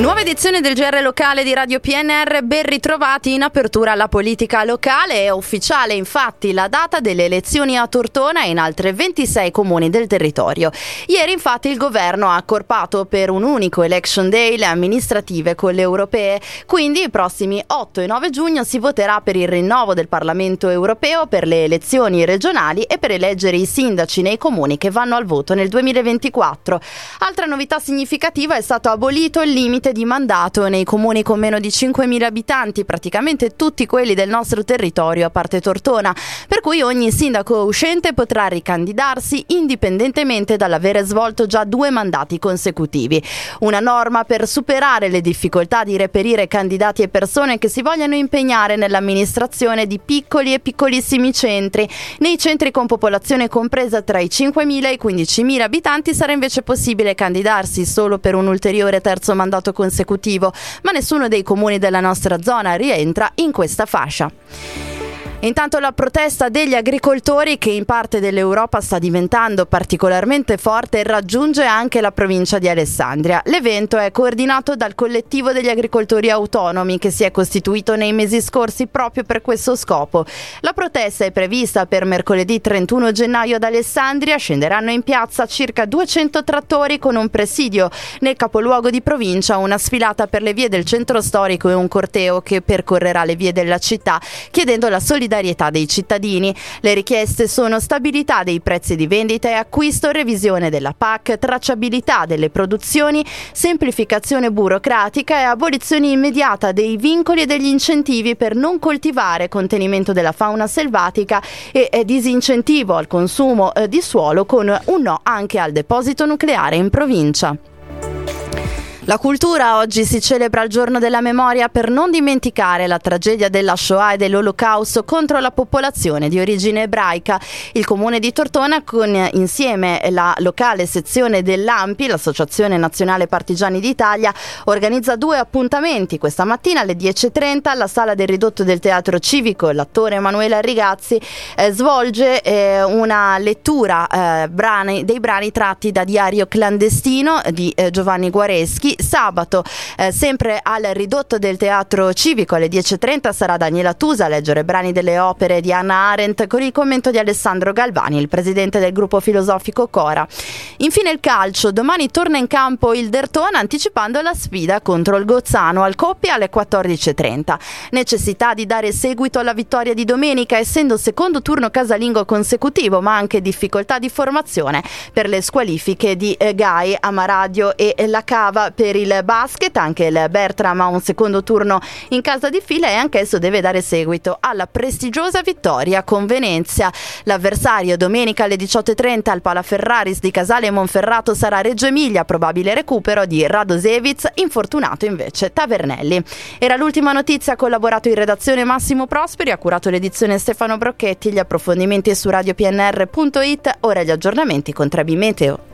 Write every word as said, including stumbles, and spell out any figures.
Nuova edizione del G R locale di Radio P N R, ben ritrovati in apertura alla politica locale. È ufficiale infatti la data delle elezioni a Tortona e in altre ventisei comuni del territorio. Ieri infatti il governo ha accorpato per un unico election day le amministrative con le europee, quindi i prossimi otto e nove giugno si voterà per il rinnovo del Parlamento europeo, per le elezioni regionali e per eleggere i sindaci nei comuni che vanno al voto nel duemilaventiquattro. Altra novità significativa: è stato abolito il limite di mandato nei comuni con meno di cinquemila abitanti, praticamente tutti quelli del nostro territorio a parte Tortona, per cui ogni sindaco uscente potrà ricandidarsi indipendentemente dall'avere svolto già due mandati consecutivi. Una norma per superare le difficoltà di reperire candidati e persone che si vogliano impegnare nell'amministrazione di piccoli e piccolissimi centri. Nei centri con popolazione compresa tra i cinquemila e i quindicimila abitanti sarà invece possibile candidarsi solo per un ulteriore terzo mandato consecutivo, ma nessuno dei comuni della nostra zona rientra in questa fascia. Intanto la protesta degli agricoltori, che in parte dell'Europa sta diventando particolarmente forte, raggiunge anche la provincia di Alessandria. L'evento è coordinato dal collettivo degli agricoltori autonomi, che si è costituito nei mesi scorsi proprio per questo scopo. La protesta è prevista per mercoledì trentuno gennaio ad Alessandria. Scenderanno in piazza circa duecento trattori con un presidio nel capoluogo di provincia, una sfilata per le vie del centro storico e un corteo che percorrerà le vie della città chiedendo la solidarietà dei cittadini. Le richieste sono stabilità dei prezzi di vendita e acquisto, revisione della P A C, tracciabilità delle produzioni, semplificazione burocratica e abolizione immediata dei vincoli e degli incentivi per non coltivare, contenimento della fauna selvatica e, e disincentivo al consumo eh, di suolo, con un no anche al deposito nucleare in provincia. La cultura: oggi si celebra il giorno della memoria per non dimenticare la tragedia della Shoah e dell'Olocausto contro la popolazione di origine ebraica. Il comune di Tortona, con insieme la locale sezione dell'A M P I, l'Associazione Nazionale Partigiani d'Italia, organizza due appuntamenti questa mattina alle dieci e trenta alla sala del ridotto del Teatro Civico. L'attore Emanuele Arrigazzi eh, svolge eh, una lettura eh, brani, dei brani tratti da Diario clandestino di eh, Giovanni Guareschi. Sabato, eh, sempre al ridotto del Teatro Civico alle dieci e trenta, sarà Daniela Tusa a leggere brani delle opere di Hannah Arendt con il commento di Alessandro Galvani, il presidente del gruppo filosofico Cora. Infine il calcio: domani torna in campo il Derthona, anticipando la sfida contro il Gozzano al Coppia alle quattordici e trenta. Necessità di dare seguito alla vittoria di domenica, essendo secondo turno casalingo consecutivo, ma anche difficoltà di formazione per le squalifiche di eh, Gai, Amaradio e eh, La Cava. Per il basket anche il Bertram ha un secondo turno in casa di fila e anch'esso deve dare seguito alla prestigiosa vittoria con Venezia. L'avversario domenica alle diciotto e trenta al Palaferraris di Casale Monferrato sarà Reggio Emilia, probabile recupero di Radosevic, infortunato invece Tavernelli. Era l'ultima notizia. Ha collaborato in redazione Massimo Prosperi, ha curato l'edizione Stefano Brocchetti. Gli approfondimenti su radio p n r punto it. Ora gli aggiornamenti con tre B Meteo.